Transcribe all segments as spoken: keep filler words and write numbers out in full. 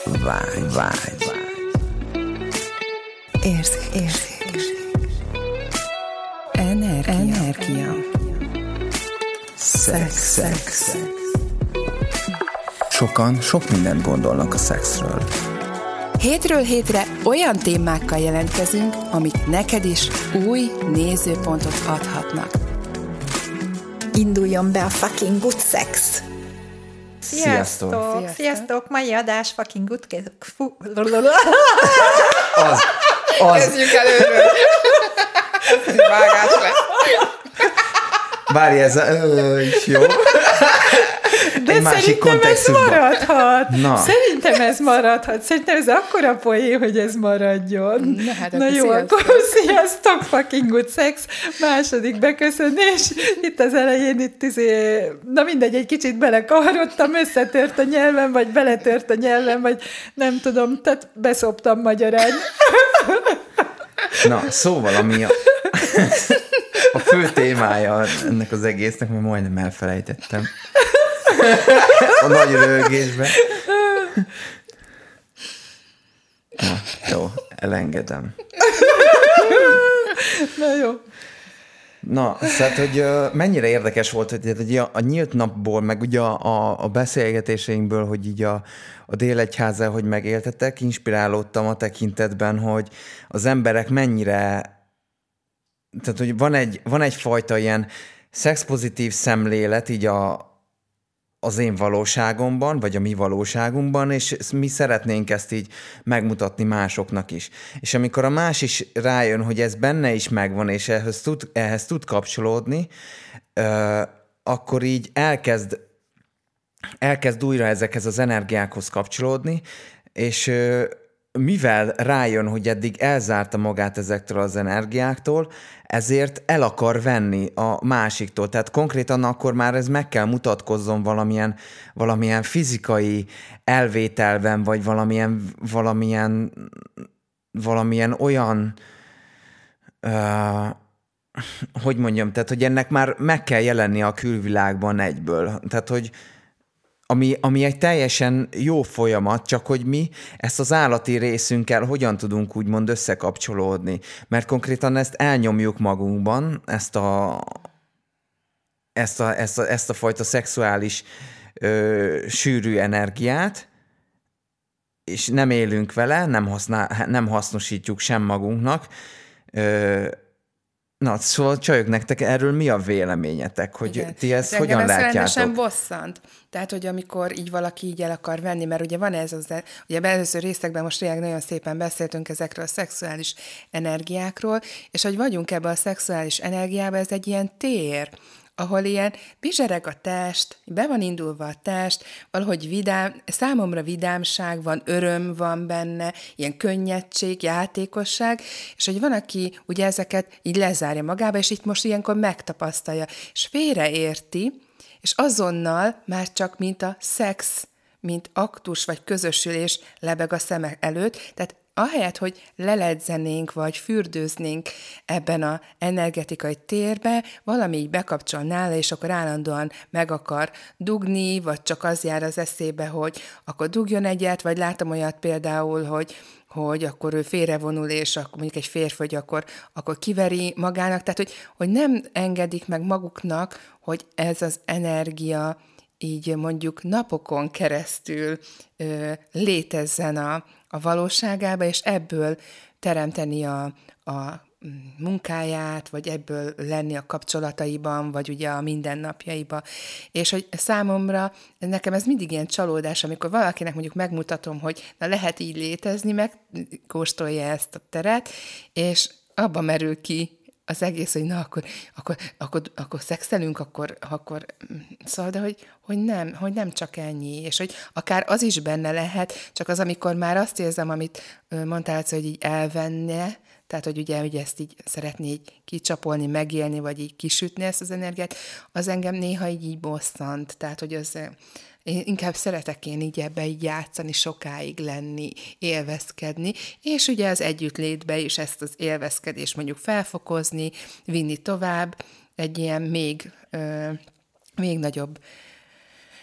Vágy, vágy, érzék, érzék. Energia, energia. Szex, szex. Sokan sok mindent gondolnak a szexről. Hétről hétre olyan témákkal jelentkezünk, amik neked is új nézőpontot adhatnak. Induljon be a fucking good sex! Sziasztok! Sziasztok! Sziasztok. Mai adás fucking good fu- Az, az. Kezdjük előről! Vágás lesz. Várj, ez a... Ö, jó. De egy másik szerintem ez maradhat. Na. Szerintem ez maradhat. Szerintem ez akkora poén, hogy ez maradjon. Na, hát Na akkor jó, sziasztok. akkor sziasztok, fucking good sex. Második beköszönés. Itt az elején itt izé, na mindegy, egy kicsit belekavarodtam, összetört a nyelvem, vagy beletört a nyelvem, vagy nem tudom, tehát beszoptam magyarán. Na, szóval, ami a, a fő témája ennek az egésznek, mert majdnem elfelejtettem. A nagy röhögésben. Na, jó, elengedem. Na jó. Na, szóval, hogy uh, mennyire érdekes volt, hogy, hogy a, a nyílt napból, meg ugye a, a, a beszélgetéseinkből, hogy így a, a Délegyházzal, hogy megéltetek, inspirálódtam a tekintetben, hogy az emberek mennyire, tehát, hogy van, egy, van egyfajta ilyen szexpozitív szemlélet így a az én valóságomban, vagy a mi valóságunkban, és mi szeretnénk ezt így megmutatni másoknak is. És amikor a más is rájön, hogy ez benne is megvan, és ehhez tud, ehhez tud kapcsolódni, akkor így elkezd, elkezd újra ezekhez az energiákhoz kapcsolódni, és mivel rájön, hogy eddig elzárta magát ezektől az energiáktól, ezért el akar venni a másiktól. Tehát konkrétan akkor már ez meg kell mutatkozzon valamilyen, valamilyen fizikai elvételben, vagy valamilyen, valamilyen, valamilyen olyan, uh, hogy mondjam, tehát hogy ennek már meg kell jelenni a külvilágban egyből. Tehát, hogy Ami, ami egy teljesen jó folyamat, csak hogy mi ezt az állati részünkkel hogyan tudunk úgymond összekapcsolódni. Mert konkrétan ezt elnyomjuk magunkban, ezt a, ezt a, ezt a, ezt a fajta szexuális ö, sűrű energiát, és nem élünk vele, nem, használ, nem hasznosítjuk sem magunknak. Ö, Na, szóval csajok, nektek erről mi a véleményetek, hogy Igen. ti ezt hát hogyan ez látjátok? rendesen bosszant. Tehát, hogy amikor így valaki így el akar venni, mert ugye van ez az, ugye előző részekben most tényleg nagyon szépen beszéltünk ezekről a szexuális energiákról, és hogy vagyunk ebben a szexuális energiában, ez egy ilyen tér, ahol ilyen bizsereg a test, be van indulva a test, valahogy vidám, számomra vidámság van, öröm van benne, ilyen könnyedség, játékosság, és hogy van, aki ugye ezeket így lezárja magába, és itt most ilyenkor megtapasztalja, és félreérti, és azonnal már csak mint a szex, mint aktus vagy közösülés lebeg a szeme előtt, tehát ahelyett, hogy leledzenénk, vagy fürdőznénk ebben az energetikai térbe, valami így bekapcsol nála, és akkor állandóan meg akar dugni, vagy csak az jár az eszébe, hogy akkor dugjon egyet, vagy látom olyat például, hogy hogy akkor ő félrevonul, és akkor mondjuk egy férfi, hogy akkor, akkor kiveri magának, tehát hogy, hogy nem engedik meg maguknak, hogy ez az energia így mondjuk napokon keresztül ö, létezzen a, a valóságába, és ebből teremteni a, a munkáját, vagy ebből lenni a kapcsolataiban, vagy ugye a mindennapjaiba. És hogy számomra, nekem ez mindig ilyen csalódás, amikor valakinek mondjuk megmutatom, hogy na lehet így létezni, megkóstolja ezt a teret, és abban merül ki az egész, hogy na, akkor, akkor, akkor, akkor szexelünk, akkor, akkor szóval, de hogy, hogy, nem, hogy nem csak ennyi, és hogy akár az is benne lehet, csak az, amikor már azt érzem, amit mondtál, hogy így elvenne, tehát, hogy ugye, hogy ezt így szeretné így kicsapolni, megélni, vagy így kisütni ezt az energiát, az engem néha így, így bosszant, tehát, hogy az... Én inkább szeretek én így ebbe így játszani, sokáig lenni, élvezkedni, és ugye az együttlétbe is ezt az élvezkedést mondjuk felfokozni, vinni tovább, egy ilyen még, ö, még nagyobb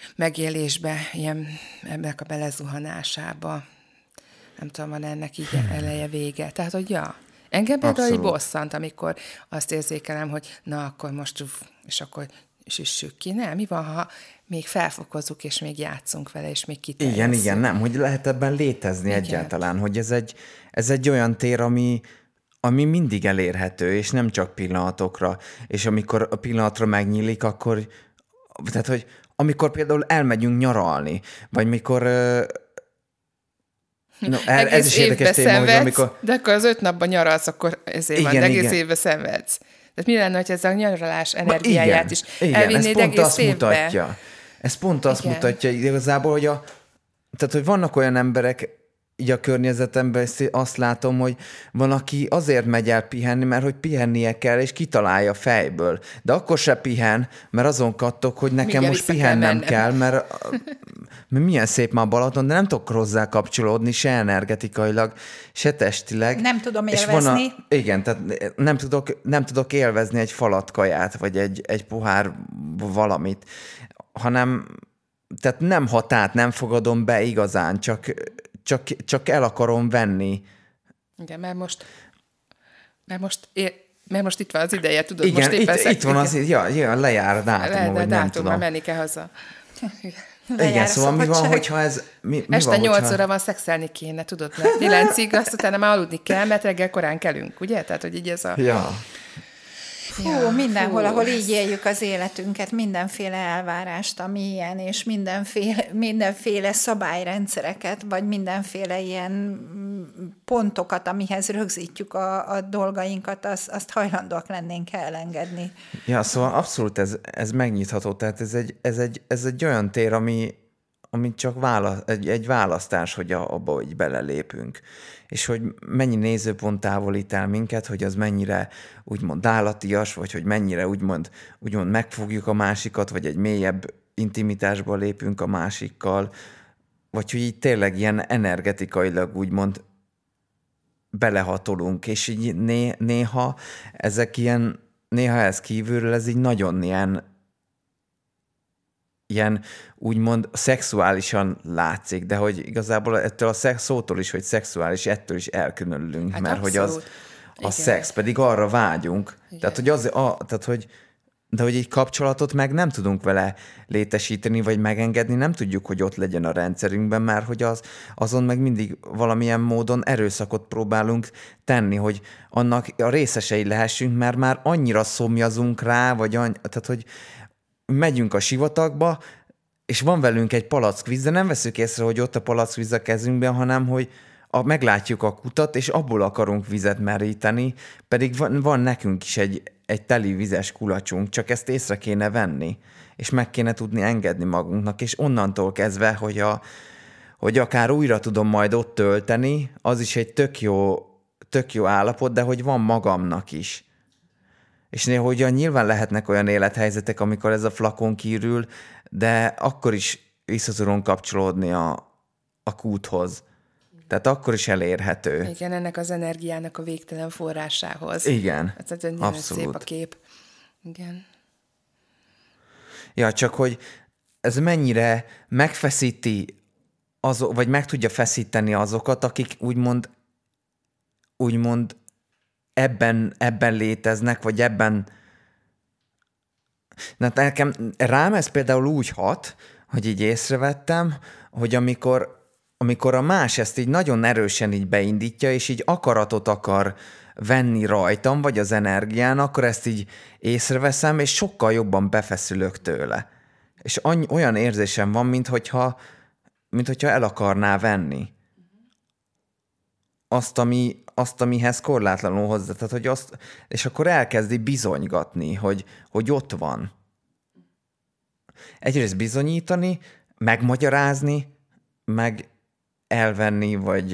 megélésbe, ilyen, ennek a belezuhanásába. Nem tudom, van ennek így eleje vége. Tehát, hogy ja, engem például így bosszant, amikor azt érzékelem, hogy na, akkor most, és akkor süssük ki. Nem, mi van, ha még felfokozzuk, és még játszunk vele, és még kiterjesszük. Igen, igen, nem, hogy lehet ebben létezni igen. egyáltalán, hogy ez egy, ez egy olyan tér, ami, ami mindig elérhető, és nem csak pillanatokra. És amikor a pillanatra megnyílik, akkor, tehát, hogy amikor például elmegyünk nyaralni, vagy mikor... No, el, ez is érdekes téma, szenvedsz, hogy amikor... De akkor az öt napban nyaralsz, akkor ezért igen, van, egész igen. évben szenvedsz. Tehát mi lenne, hogy ez a nyaralás energiáját igen, is elvinnéd egész azt évbe? Mutatja. Ez pont azt igen. mutatja igazából, hogy, a, tehát, hogy vannak olyan emberek, így a környezetemben azt látom, hogy van, aki azért megy el pihenni, mert hogy pihennie kell, és kitalálja fejből. De akkor se pihen, mert azon kattog, hogy nekem most pihennem kell, kell mert, mert milyen szép már Balaton, de nem tudok hozzá kapcsolódni, se energetikailag, se testileg. Nem tudom élvezni. A, igen, tehát nem tudok, nem tudok élvezni egy falat kaját, vagy egy, egy pohár valamit, hanem tehát nem hatát, nem fogadom be igazán, csak Csak, csak el akarom venni. Igen, mert most, mert most, mert most itt van az ideje, tudod, igen, most éppen itt, itt van az, ja, ja, lejár a dátum, vagy nem tudom. Már menni kell haza. Igen, szóval mi van, hogyha ez... Mi, mi este van, nyolc hogyha... óra van, szexelni kéne, tudod, mert kilencig, azt utána már aludni kell, mert reggel korán kelünk, ugye? Tehát, hogy így ez a... Ja. Fú, ja, mindenhol, fú, ahol így éljük az életünket, mindenféle elvárást, ami ilyen, és mindenféle, mindenféle szabályrendszereket, vagy mindenféle ilyen pontokat, amihez rögzítjük a, a dolgainkat, az, azt hajlandóak lennénk elengedni. Ja, szóval abszolút ez, ez megnyitható, tehát ez egy, ez egy, ez egy olyan tér, ami, ami csak vála, egy, egy választás, hogy a, abba hogy belelépünk. És hogy mennyi nézőpont távolít el minket, hogy az mennyire úgymond állatias, vagy hogy mennyire úgymond, úgymond megfogjuk a másikat, vagy egy mélyebb intimitásba lépünk a másikkal, vagy hogy így tényleg ilyen energetikailag úgymond belehatolunk, és így né, néha ezek ilyen, néha ez kívülről ez így nagyon ilyen ilyen úgymond szexuálisan látszik, de hogy igazából ettől a szex szótól is, hogy szexuális, ettől is elkülönülünk, hát mert abszolút. Hogy az a igen. szex, pedig arra vágyunk. Igen. Tehát, hogy az, a, tehát, hogy de hogy egy kapcsolatot meg nem tudunk vele létesíteni, vagy megengedni, nem tudjuk, hogy ott legyen a rendszerünkben, mert hogy az, azon meg mindig valamilyen módon erőszakot próbálunk tenni, hogy annak a részesei lehessünk, mert már annyira szomjazunk rá, vagy any, tehát, hogy megyünk a sivatagba, és van velünk egy palackvíz, de nem veszük észre, hogy ott a palackvíz a kezünkben, hanem hogy a, meglátjuk a kutat, és abból akarunk vizet meríteni, pedig van, van nekünk is egy, egy teli vizes kulacsunk, csak ezt észre kéne venni, és meg kéne tudni engedni magunknak, és onnantól kezdve, hogy, a, hogy akár újra tudom majd ott tölteni, az is egy tök jó, tök jó állapot, de hogy van magamnak is. És néha ugyan nyilván lehetnek olyan élethelyzetek, amikor ez a flakon kiürül, de akkor is vissza tudunk kapcsolódni a, a kúthoz. Tehát akkor is elérhető. Igen, ennek az energiának a végtelen forrásához. Igen, tehát nagyon abszolút. Szép a kép. Igen. Ja, csak hogy ez mennyire megfeszíti, azok, vagy meg tudja feszíteni azokat, akik úgymond, úgymond ebben, ebben léteznek, vagy ebben... Na, nekem, rám ez például úgy hat, hogy így észrevettem, hogy amikor, amikor a más ezt így nagyon erősen így beindítja, és így akaratot akar venni rajtam, vagy az energián, akkor ezt így észreveszem, és sokkal jobban befeszülök tőle. És annyi, olyan érzésem van, minthogyha, minthogyha el akarná venni. Azt, ami, azt, amihez korlátlanul hozzá. Tehát, hogy azt, és akkor elkezdi bizonygatni, hogy, hogy ott van. Egyrészt bizonyítani, megmagyarázni, meg elvenni, vagy,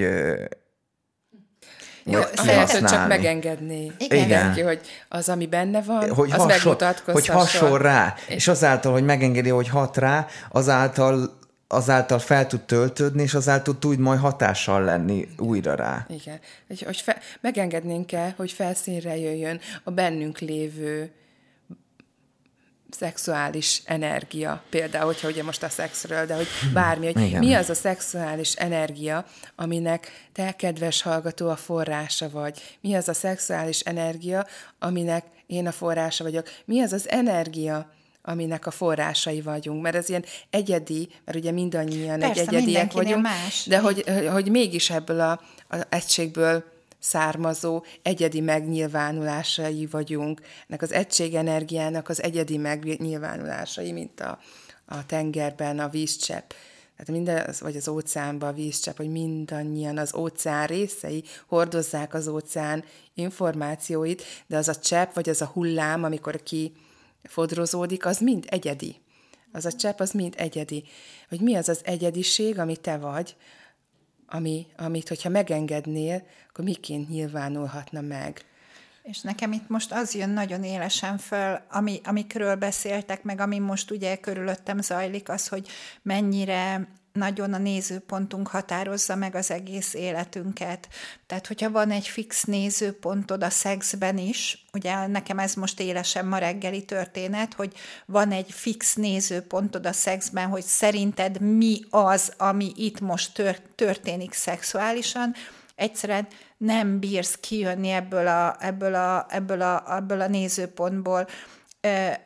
Jó, vagy kihasználni. Csak megengedni. Igen. Neki, hogy az, ami benne van, hogy az megmutatkozhasson. Hogy hasonl rá. És azáltal, hogy megengedi, hogy hat rá, azáltal azáltal fel tud töltődni, és azáltal tud majd hatással lenni újra rá. Igen. Hogy fe, megengednénk kell, hogy felszínre jöjjön a bennünk lévő szexuális energia, például, hogyha ugye most a szexről, de hogy bármi, hogy Igen. mi az a szexuális energia, aminek te, kedves hallgató, a forrása vagy. Mi az a szexuális energia, aminek én a forrása vagyok. Mi az az energia, aminek a forrásai vagyunk, mert ez ilyen egyedi, mert ugye mindannyian Persze, egy egyediek vagyunk, más. de hogy, hogy mégis ebből a, a egységből származó egyedi megnyilvánulásai vagyunk. Ennek az egységenergiának az egyedi megnyilvánulásai, mint a, a tengerben a vízcsepp. Tehát minden, vagy az óceánban a vízcsepp, hogy mindannyian az óceán részei hordozzák az óceán információit, de az a csepp, vagy az a hullám, amikor ki fodrozódik, az mind egyedi. Az a csepp, az mind egyedi. Hogy mi az az egyediség, ami te vagy, ami, amit, hogyha megengednél, akkor miként nyilvánulhatna meg. És nekem itt most az jön nagyon élesen föl, ami, amikről beszéltek, meg ami most ugye körülöttem zajlik, az, hogy mennyire nagyon a nézőpontunk határozza meg az egész életünket. Tehát, hogyha van egy fix nézőpontod a szexben is, ugye nekem ez most élesen ma reggeli történet, hogy van egy fix nézőpontod a szexben, hogy szerinted mi az, ami itt most tör- történik szexuálisan, egyszerűen nem bírsz kijönni ebből a, ebből a, ebből a, ebből a nézőpontból. Ö,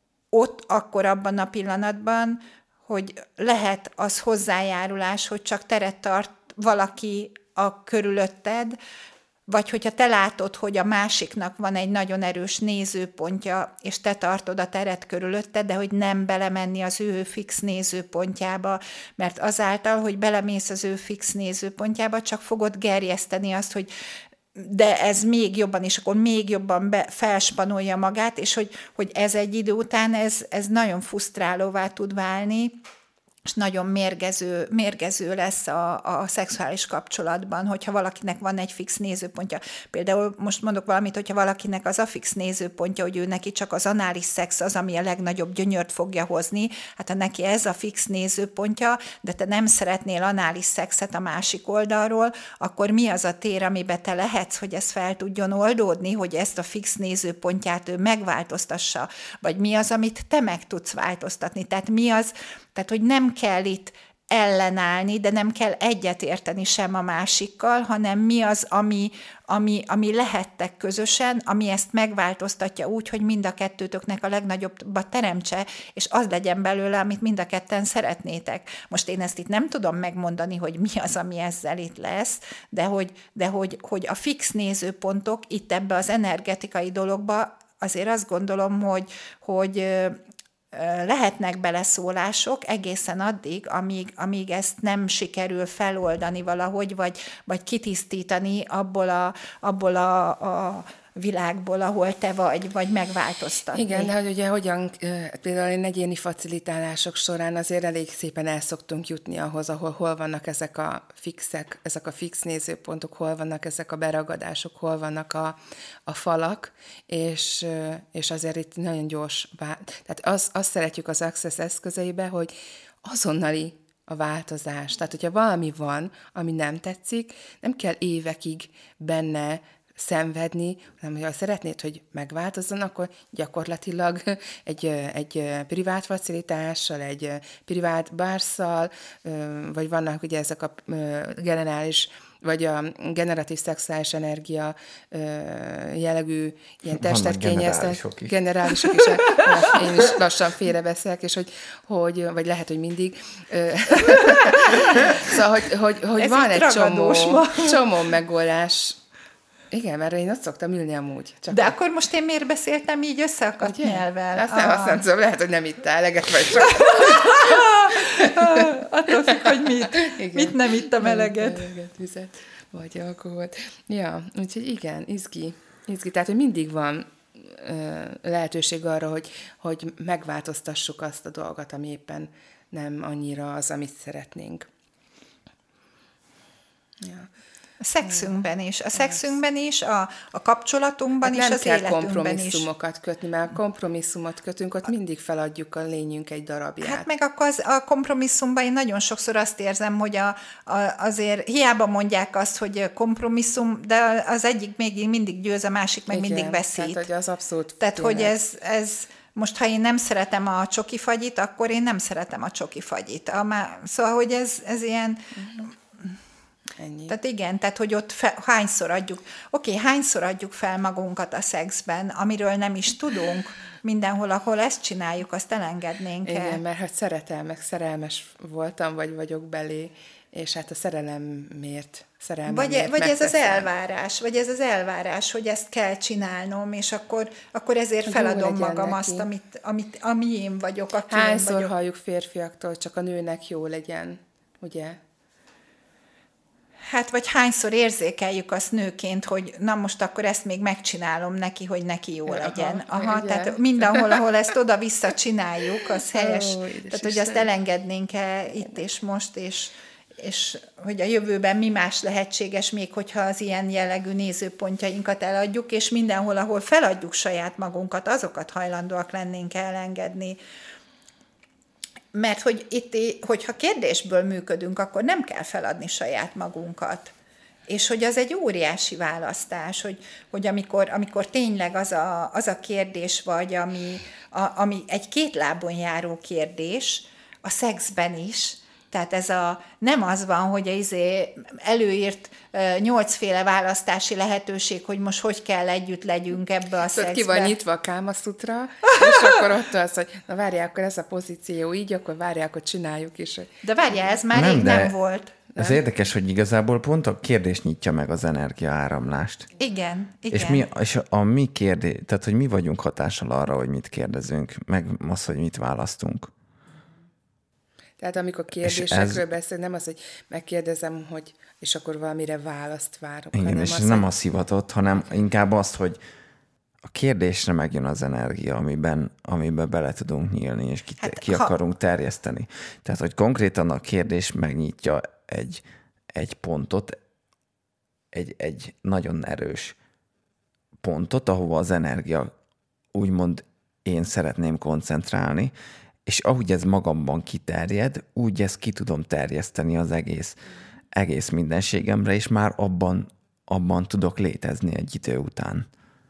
ott akkor abban a pillanatban, hogy lehet az hozzájárulás, hogy csak teret tart valaki a körülötted, vagy hogyha te látod, hogy a másiknak van egy nagyon erős nézőpontja, és te tartod a teret körülötted, de hogy nem belemenni az ő fix nézőpontjába, mert azáltal, hogy belemész az ő fix nézőpontjába, csak fogod gerjeszteni azt, hogy de ez még jobban, és akkor még jobban be, felspanolja magát, és hogy, hogy ez egy idő után, ez, ez nagyon frusztrálóvá tud válni, és nagyon mérgező, mérgező lesz a, a szexuális kapcsolatban, hogyha valakinek van egy fix nézőpontja. Például most mondok valamit, hogyha valakinek az a fix nézőpontja, hogy ő neki csak az anális szex az, ami a legnagyobb gyönyört fogja hozni, hát ha neki ez a fix nézőpontja, de te nem szeretnél anális szexet a másik oldalról, akkor mi az a tér, amiben te lehetsz, hogy ez fel tudjon oldódni, hogy ezt a fix nézőpontját ő megváltoztassa, vagy mi az, amit te meg tudsz változtatni. Tehát mi az, tehát hogy nem kell itt ellenállni, de nem kell egyetérteni sem a másikkal, hanem mi az, ami, ami, ami lehettek közösen, ami ezt megváltoztatja úgy, hogy mind a kettőtöknek a legnagyobbat teremtse, és az legyen belőle, amit mind a ketten szeretnétek. Most én ezt itt nem tudom megmondani, hogy mi az, ami ezzel itt lesz, de hogy, de hogy, hogy a fix nézőpontok itt ebbe az energetikai dologba, azért azt gondolom, hogy, hogy lehetnek beleszólások egészen addig, amíg, amíg ezt nem sikerül feloldani valahogy, vagy, vagy kitisztítani abból a, abból a, a világból, ahol te vagy, vagy megváltoztatni. Igen, de hogy ugye hogyan, például egyéni facilitálások során azért elég szépen el szoktunk jutni ahhoz, ahol hol vannak ezek a fixek, ezek a fix nézőpontok, hol vannak ezek a beragadások, hol vannak a, a falak, és, és azért itt nagyon gyors, tehát azt az szeretjük az Access eszközeibe, hogy azonnali a változás. Tehát, hogyha valami van, ami nem tetszik, nem kell évekig benne szenvedni, hanem ha szeretnéd, hogy megváltozzon, akkor gyakorlatilag egy, egy privát facilitással, egy privát bárszal, vagy vannak ugye ezek a generális, vagy a generatív szexuális energia jellegű ilyen testet kényeztet. Generálisok is. Én is lassan félrebeszélek, és hogy, hogy, vagy lehet, hogy mindig. Szóval, hogy, hogy, hogy van egy csomó, csomó megoldás. Igen, mert én ott szoktam ülni amúgy. Csak de a... akkor most én miért beszéltem így összeakadt ugye? Nyelvvel? Azt nem, azt nem tudom, lehet, hogy nem ittál eleget, vagy csak. Attól függ, hogy mit. Igen. Mit nem ittam eleget. Eleget, vizet, vagy alkoholt. Ja, úgyhogy igen, izgi. izgi. Tehát, hogy mindig van ö, lehetőség arra, hogy, hogy megváltoztassuk azt a dolgot, ami éppen nem annyira az, amit szeretnénk. Ja. A szexünkben is. A szexünkben is, a, a kapcsolatunkban hát is, az életünkben is. Nem kell kompromisszumokat kötni, mert a kompromisszumot kötünk, ott mindig feladjuk a lényünk egy darabját. Hát meg akkor az, a kompromisszumban én nagyon sokszor azt érzem, hogy a, a, azért hiába mondják azt, hogy kompromisszum, de az egyik még mindig győz, a másik meg igen, mindig veszít. Tehát, hogy az abszolút Tehát, tényleg. Hogy ez... ez most ha én nem szeretem a csoki fagyit, akkor én nem szeretem a csoki fagyit. A má... Szóval, hogy ez, ez ilyen... Ennyi. Tehát igen, tehát hogy ott fe, hányszor adjuk, oké, okay, hányszor adjuk fel magunkat a szexben, amiről nem is tudunk, mindenhol, ahol ezt csináljuk, azt elengednénk el. Igen, mert hát szeretem, meg szerelmes voltam, vagy vagyok belé, és hát a szerelemért, szerelmemért Vagy, vagy ez az megteszem. elvárás, vagy ez az elvárás, hogy ezt kell csinálnom, és akkor, akkor ezért Jó feladom legyen magam neki. azt, amit, amit, ami én vagyok, aki én Hányszor vagyok. halljuk férfiaktól, csak a nőnek jó legyen, ugye? Hát, vagy hányszor érzékeljük azt nőként, hogy na most akkor ezt még megcsinálom neki, hogy neki jó Aha, legyen. Aha, ugye? tehát mindenhol, ahol ezt oda-vissza csináljuk, az helyes. Ó, édes tehát, hogy Isten. azt elengednénk-e itt és most, és, és hogy a jövőben mi más lehetséges, még hogyha az ilyen jellegű nézőpontjainkat eladjuk, és mindenhol, ahol feladjuk saját magunkat, azokat hajlandóak lennénk elengedni. Mert hogy itt, hogyha kérdésből működünk, akkor nem kell feladni saját magunkat. És hogy az egy óriási választás, hogy, hogy amikor, amikor tényleg az a, az a kérdés vagy, ami, a, ami egy két lábon járó kérdés, a szexben is, tehát ez a, nem az van, hogy izé előírt uh, nyolcféle választási lehetőség, hogy most hogy kell együtt legyünk ebbe a szexbe. Ki van nyitva a Kámasztra, és akkor ott az, hogy na várjál, akkor ez a pozíció így, akkor várjál, akkor csináljuk is. De várjál, ez már Nem, rég de- nem volt. Ez érdekes, hogy igazából pont a kérdés nyitja meg az energiaáramlást. Igen, igen. És, mi, és a mi kérdés, tehát hogy mi vagyunk hatással arra, hogy mit kérdezünk, meg az, hogy mit választunk. Tehát amikor kérdésekről ez... beszélünk, nem az, hogy megkérdezem, hogy és akkor valamire választ várok. Igen, hanem és az, ez nem hogy... a szivatott, hanem inkább azt, hogy a kérdésre megjön az energia, amiben, amiben bele tudunk nyílni, és ki, Hát, ki ha... akarunk terjeszteni. Tehát, hogy konkrétan a kérdés megnyitja egy, egy pontot, egy, egy nagyon erős pontot, ahova az energia úgymond én szeretném koncentrálni, és ahogy ez magamban kiterjed, úgy ezt ki tudom terjeszteni az egész, egész mindenségemre, és már abban, abban tudok létezni egy idő után.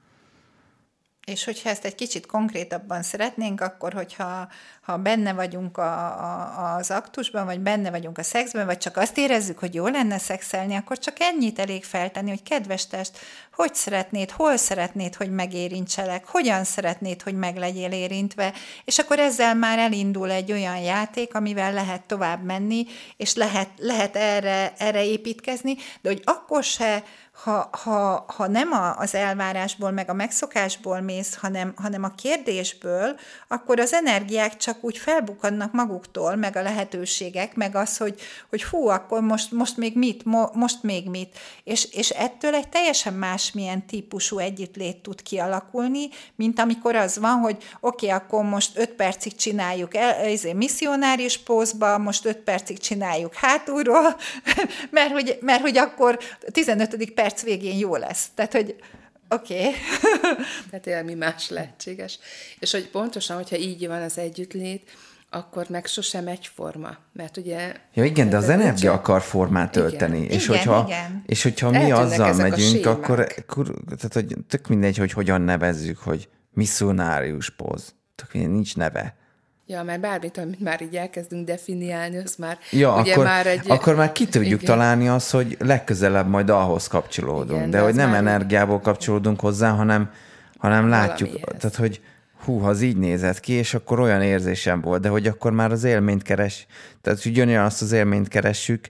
És hogyha ezt egy kicsit konkrétabban szeretnénk, akkor hogyha ha benne vagyunk a, a, az aktusban, vagy benne vagyunk a szexben, vagy csak azt érezzük, hogy jó lenne szexelni, akkor csak ennyit elég feltenni, hogy kedves test, hogy szeretnéd, hol szeretnéd, hogy megérintselek, hogyan szeretnéd, hogy meg legyél érintve, és akkor ezzel már elindul egy olyan játék, amivel lehet tovább menni, és lehet, lehet erre, erre építkezni, de hogy akkor se, ha, ha, ha nem az elvárásból, meg a megszokásból mész, hanem, hanem a kérdésből, akkor az energiák csak úgy felbukkannak maguktól, meg a lehetőségek, meg az, hogy, hogy hú, akkor most, most még mit, mo, most még mit. És, és ettől egy teljesen másmilyen típusú együttlét tud kialakulni, mint amikor az van, hogy oké, okay, akkor most öt percig csináljuk el, ezért misszionáris pózba, most öt percig csináljuk hátulról, mert hogy, mert hogy akkor tizenötödik perc végén jó lesz. Tehát, hogy oké. Okay. Tehát tényleg mi más lehetséges. És hogy pontosan, hogyha így van az együttlét, akkor meg sosem egyforma. Mert ugye... Ja igen, de az energia ugye... akar formát ölteni. Igen, és, igen, hogyha, igen. és hogyha mi Eltűnnek azzal ezek a megyünk, sémák. akkor, akkor tehát, hogy tök mindegy, hogy hogyan nevezzük, hogy misszionárius póz. Tök mindegy, nincs neve. Ja, mert bármit, amit már így elkezdünk definiálni, az már Ja, ugye akkor, már egy... akkor már ki tudjuk igen. találni azt, hogy legközelebb majd ahhoz kapcsolódunk. Igen, de, de hogy az nem már- energiából kapcsolódunk hozzá, hanem, hanem látjuk, Valamihez. tehát hogy hú, az így nézett ki, és akkor olyan érzésem volt, de hogy akkor már az élményt keres, tehát ugyanilyen azt az élményt keressük,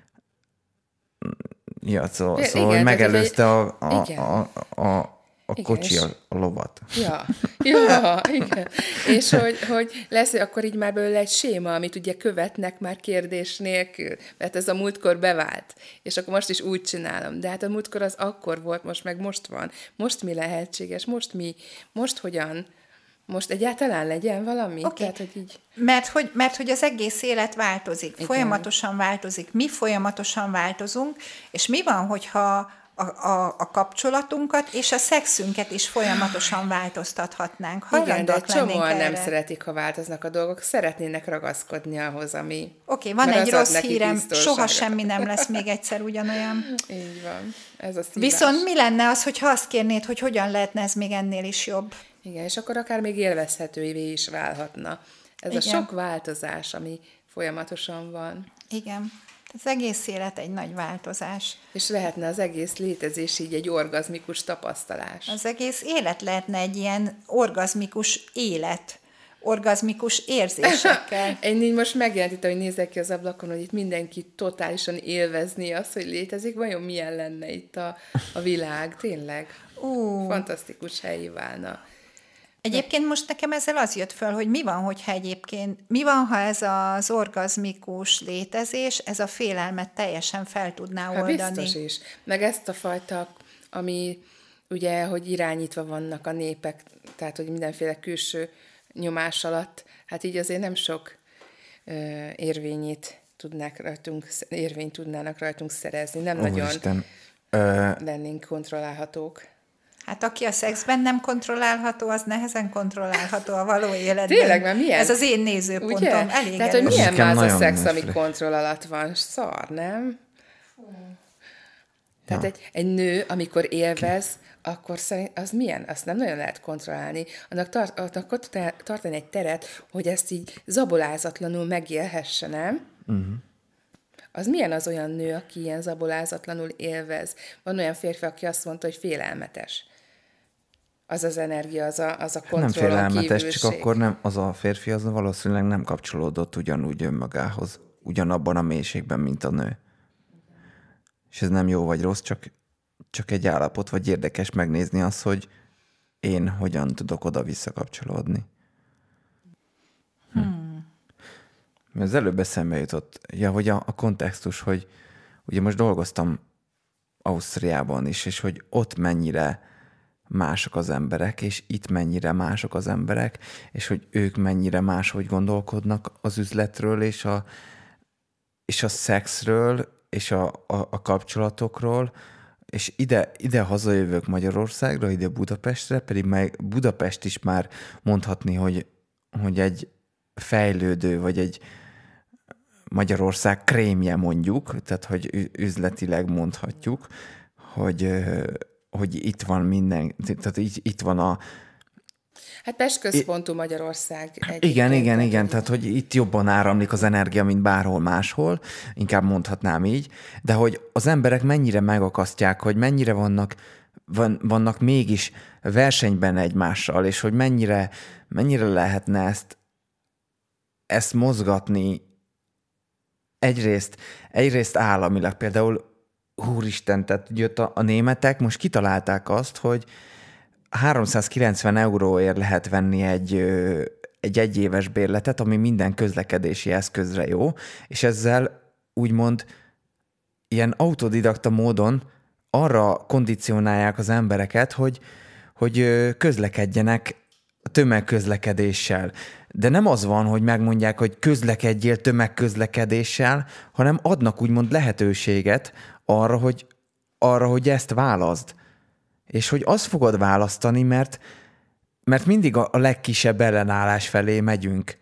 ja, szó, Igen, szóval, hogy tehát, megelőzte hogy- a, a, igen. a, a, a Igen, kocsi és- a, a lovat. Ja, ja, igen. És hogy, hogy lesz akkor így már belőle egy séma, amit ugye követnek már kérdés nélkül, mert ez a múltkor bevált, és akkor most is úgy csinálom. De hát a múltkor az akkor volt, most meg most van. Most mi lehetséges, most mi, most hogyan, most egyáltalán legyen valami? Oké. Tehát, hogy így... Mert hogy, mert hogy az egész élet változik, Igen. folyamatosan változik, mi folyamatosan változunk, és mi van, hogyha a, a, a kapcsolatunkat, és a szexünket is folyamatosan változtathatnánk. Hajlandóak Igen, de egy csomóan lennénk nem erre. szeretik, ha változnak a dolgok, szeretnének ragaszkodni ahhoz, ami... Oké, okay, van mert egy az ad rossz nekik hírem, biztonságot. soha semmi nem lesz még egyszer ugyanolyan. Így van, ez a szívás. Viszont mi lenne az, hogyha azt kérnéd, hogy hogyan lehetne ez még ennél is jobb? Igen, és akkor akár még élvezhetővé is válhatna. Ez Igen. a sok változás, ami folyamatosan van. Igen. Az egész élet egy nagy változás. És lehetne az egész létezés így egy orgazmikus tapasztalás. Az egész élet lehetne egy ilyen orgazmikus élet, orgazmikus érzésekkel. Én így most megjelent itt, hogy nézek ki az ablakon, hogy itt mindenki totálisan élvezni azt, hogy létezik. Vajon milyen lenne itt a, a világ? Tényleg? Ú. Fantasztikus helyi válna. Egyébként most nekem ezzel az jött föl, hogy mi van, hogyha egyébként, mi van, ha ez az orgazmikus létezés, ez a félelmet teljesen fel tudná oldani. Hát biztos is. Meg ezt a fajta, ami ugye, hogy irányítva vannak a népek, tehát, hogy mindenféle külső nyomás alatt, hát így azért nem sok ö, érvényét tudnák rajtunk, érvényt tudnának rajtunk szerezni. Nem Úristen. nagyon lennénk kontrollálhatók. Hát aki a szexben nem kontrollálható, az nehezen kontrollálható a való életben. Tényleg, mert milyen? Ez az én nézőpontom. Ugye? Elég Tehát, hogy erős. milyen Nekem más a nagyon szex, ami másféle. kontroll alatt van? Szar, nem? Tehát Ja. egy, egy nő, amikor élvez, akkor szerint az milyen? Azt nem nagyon lehet kontrollálni. Annak, tart, annak ott tartani egy teret, hogy ezt így zabolázatlanul megélhesse, nem? Uh-huh. Az milyen az olyan nő, aki ilyen zabolázatlanul élvez? Van olyan férfi, aki azt mondta, hogy félelmetes. Az az energia, az a, az a kontroll, Nem félelmetes, kívülség. csak akkor nem, az a férfi az valószínűleg nem kapcsolódott ugyanúgy önmagához, ugyanabban a mélységben, mint a nő. És ez nem jó vagy rossz, csak, csak egy állapot, vagy érdekes megnézni azt, hogy én hogyan tudok oda visszakapcsolódni. Hm. Hmm. Az előbb eszembe jutott, ja, hogy a, a kontextus, hogy ugye most dolgoztam Ausztriában is, és hogy ott mennyire mások az emberek, és itt mennyire mások az emberek, és hogy ők mennyire máshogy gondolkodnak az üzletről, és a, és a szexről, és a, a, a kapcsolatokról, és ide, ide hazajövök Magyarországra, ide Budapestre, pedig meg Budapest is már mondhatni, hogy, hogy egy fejlődő, vagy egy Magyarország krémje mondjuk, tehát hogy üzletileg mondhatjuk, hogy, hogy itt van minden, tehát itt, itt van a... Hát Pest központú Magyarország. Igen, igen, igen, tehát hogy itt jobban áramlik az energia, mint bárhol máshol, inkább mondhatnám így, de hogy az emberek mennyire megakasztják, hogy mennyire vannak, van, vannak mégis versenyben egymással, és hogy mennyire, mennyire lehetne ezt, ezt mozgatni egyrészt, egyrészt államilag, például úristen, tehát jött a, a németek, most kitalálták azt, hogy háromszázkilencven euróért lehet venni egy, egy egyéves bérletet, ami minden közlekedési eszközre jó, és ezzel úgymond ilyen autodidakta módon arra kondicionálják az embereket, hogy, hogy közlekedjenek tömegközlekedéssel. De nem az van, hogy megmondják, hogy közlekedjél tömegközlekedéssel, hanem adnak úgymond lehetőséget arra, hogy, arra, hogy ezt válaszd. És hogy azt fogod választani, mert, mert mindig a, a legkisebb ellenállás felé megyünk.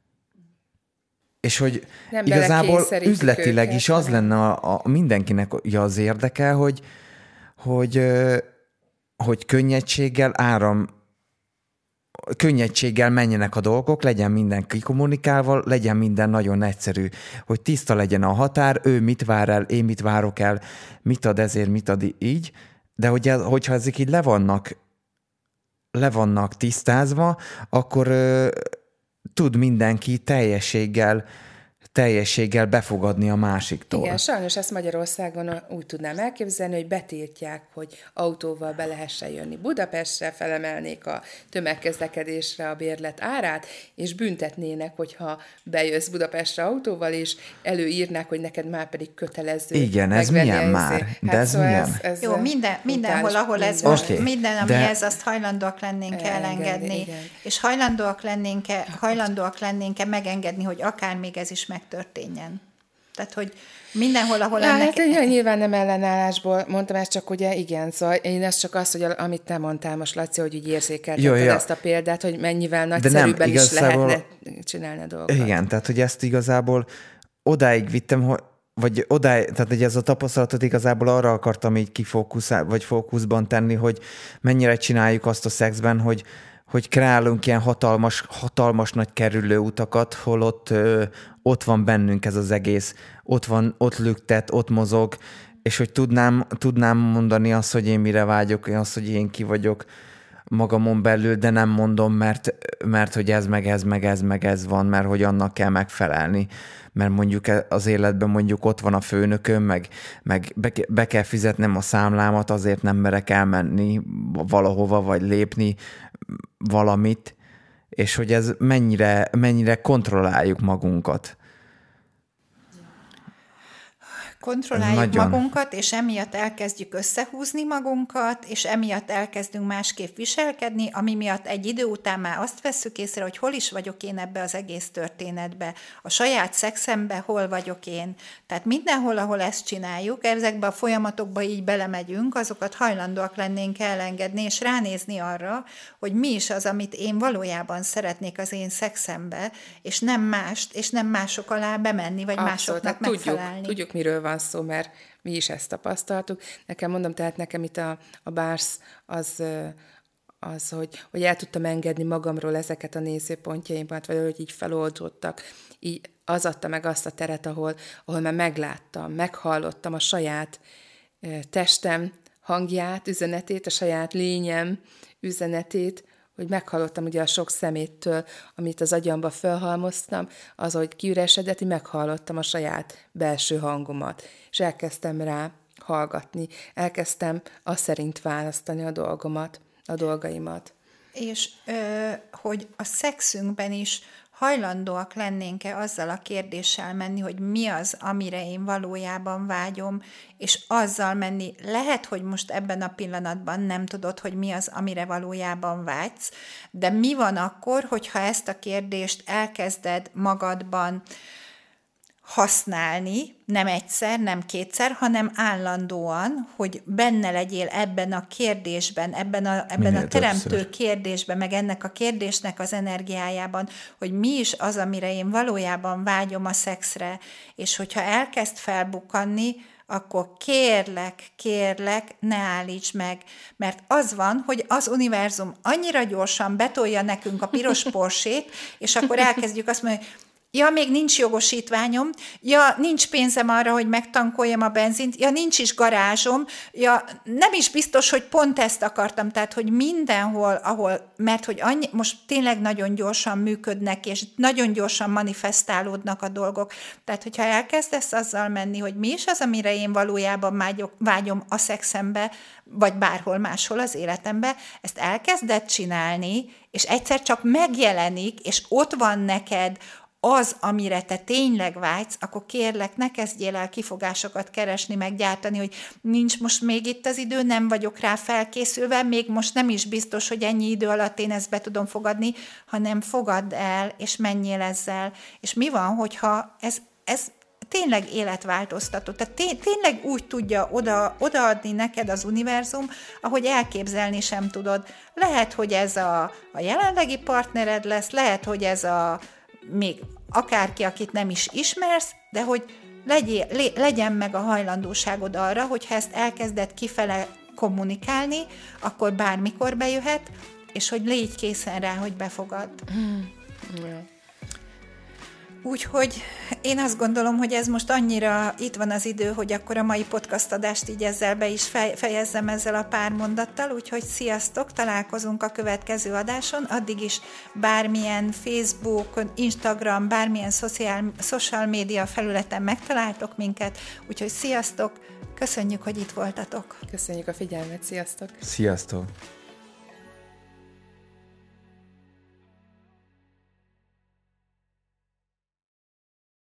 És hogy nem igazából üzletileg őket, is az nem. lenne a, a mindenkinek az érdeke, hogy, hogy, hogy könnyedséggel áram, könnyedséggel menjenek a dolgok, legyen minden kikommunikálva, legyen minden nagyon egyszerű, hogy tiszta legyen a határ, ő mit vár el, én mit várok el, mit ad ezért, mit ad így, de hogy, hogyha ezek így le vannak, le vannak tisztázva, akkor ö, tud mindenki teljességgel, teljességgel befogadni a másiktól. Igen, sajnos ezt Magyarországon úgy tudnám elképzelni, hogy betiltják, hogy autóval be lehessen jönni Budapestre, felemelnék a tömegközlekedésre a bérlet árát, és büntetnének, hogyha bejössz Budapestre autóval, és előírnák, hogy neked már pedig kötelező. Igen, ez milyen már? De ez szóval milyen? Ez, ez Jó, minden, mindenhol, ahol ez Okay, most, minden, ami de... ez, azt hajlandóak lennénk Elengedni, elengedni, igen. és hajlandóak lennénk, hajlandóak lennénk megengedni, hogy akár még ez is megtörténjen. Tehát, hogy mindenhol, ahol ja, ennek... Hát nyilván nem ellenállásból mondtam, ezt csak ugye igen, szóval én ezt csak azt, hogy amit te mondtál most, Laci, hogy úgy érzékelteted ja. ezt a példát, hogy mennyivel nagyszerűbben nem, is lehetne csinálni a dolgokat. Igen, tehát hogy ezt igazából odáig vittem, hogy vagy odáig, tehát hogy ez a tapasztalatot igazából arra akartam így kifókuszál, vagy fókuszban tenni, hogy mennyire csináljuk azt a szexben, hogy hogy kreálunk ilyen hatalmas, hatalmas nagy kerülő utakat, hol ott, ö, ott van bennünk ez az egész, ott van, ott lüktet, ott mozog, és hogy tudnám, tudnám mondani azt, hogy én mire vágyok, azt, hogy én ki vagyok magamon belül, de nem mondom, mert, mert hogy ez, meg ez, meg ez, meg ez van, mert hogy annak kell megfelelni. Mert mondjuk az életben mondjuk ott van a főnököm, meg, meg be, be kell fizetnem a számlámat, azért nem merek elmenni valahova, vagy lépni valamit, és hogy ez mennyire, mennyire kontrolláljuk magunkat. Kontrolláljuk Nagyon. magunkat, és emiatt elkezdjük összehúzni magunkat, és emiatt elkezdünk másképp viselkedni, ami miatt egy idő után már azt vesszük észre, hogy hol is vagyok én ebbe az egész történetbe, a saját szexembe hol vagyok én. Tehát mindenhol, ahol ezt csináljuk, ezekbe a folyamatokba így belemegyünk, azokat hajlandóak lennénk elengedni, és ránézni arra, hogy mi is az, amit én valójában szeretnék az én szexembe, és nem mást, és nem mások alá bemenni, vagy Abszolút, másoknak megfelelni. Tudjuk, tudjuk, miről van szó, mert mi is ezt tapasztaltuk. Nekem mondom, tehát nekem itt a, a bársz az, az hogy, hogy el tudtam engedni magamról ezeket a nézőpontjaimat, vagy hogy így feloldódtak. Így az adta meg azt a teret, ahol, ahol már megláttam, meghallottam a saját testem hangját, üzenetét, a saját lényem üzenetét, hogy meghallottam ugye a sok szeméttől, amit az agyamba felhalmoztam, az, hogy kiüresedett, hogy meghallottam a saját belső hangomat, és elkezdtem rá hallgatni, elkezdtem azt szerint választani a dolgomat, a dolgaimat. És ö, hogy a szexünkben is hajlandóak lennénk-e azzal a kérdéssel menni, hogy mi az, amire én valójában vágyom, és azzal menni. Lehet, hogy most ebben a pillanatban nem tudod, hogy mi az, amire valójában vágysz, de mi van akkor, hogyha ezt a kérdést elkezded magadban használni, nem egyszer, nem kétszer, hanem állandóan, hogy benne legyél ebben a kérdésben, ebben a, ebben a teremtő többször. kérdésben, meg ennek a kérdésnek az energiájában, hogy mi is az, amire én valójában vágyom a szexre, és hogyha elkezd felbukkanni, akkor kérlek, kérlek, ne állíts meg, mert az van, hogy az univerzum annyira gyorsan betolja nekünk a piros Porsét, és akkor elkezdjük azt mondani, ja, még nincs jogosítványom, ja, nincs pénzem arra, hogy megtankoljam a benzint, ja, nincs is garázsom, ja, nem is biztos, hogy pont ezt akartam, tehát, hogy mindenhol, ahol, mert hogy annyi, most tényleg nagyon gyorsan működnek, és nagyon gyorsan manifestálódnak a dolgok, tehát, hogyha elkezdesz azzal menni, hogy mi is az, amire én valójában vágyok, vágyom a szexembe, vagy bárhol máshol az életembe, ezt elkezded csinálni, és egyszer csak megjelenik, és ott van neked az, amire te tényleg vágysz, akkor kérlek, ne kezdjél el kifogásokat keresni, meggyártani, hogy nincs most még itt az idő, nem vagyok rá felkészülve, még most nem is biztos, hogy ennyi idő alatt én ezt be tudom fogadni, hanem fogadd el, és menjél ezzel. És mi van, hogyha ez, ez tényleg életváltoztató, tehát té- tényleg úgy tudja oda, odaadni neked az univerzum, ahogy elképzelni sem tudod. Lehet, hogy ez a, a jelenlegi partnered lesz, lehet, hogy ez a még akárki, akit nem is ismersz, de hogy legyél, lé, legyen meg a hajlandóságod arra, hogyha ezt elkezded kifele kommunikálni, akkor bármikor bejöhet, és hogy légy készen rá, hogy befogadd. Mm. Yeah. Úgyhogy én azt gondolom, hogy ez most annyira itt van az idő, hogy akkor a mai podcast adást így ezzel be is fejezzem ezzel a pár mondattal, úgyhogy sziasztok, találkozunk a következő adáson, addig is bármilyen Facebook, Instagram, bármilyen social, social média felületen megtaláltok minket, úgyhogy sziasztok, köszönjük, hogy itt voltatok. Köszönjük a figyelmet, sziasztok! Sziasztok!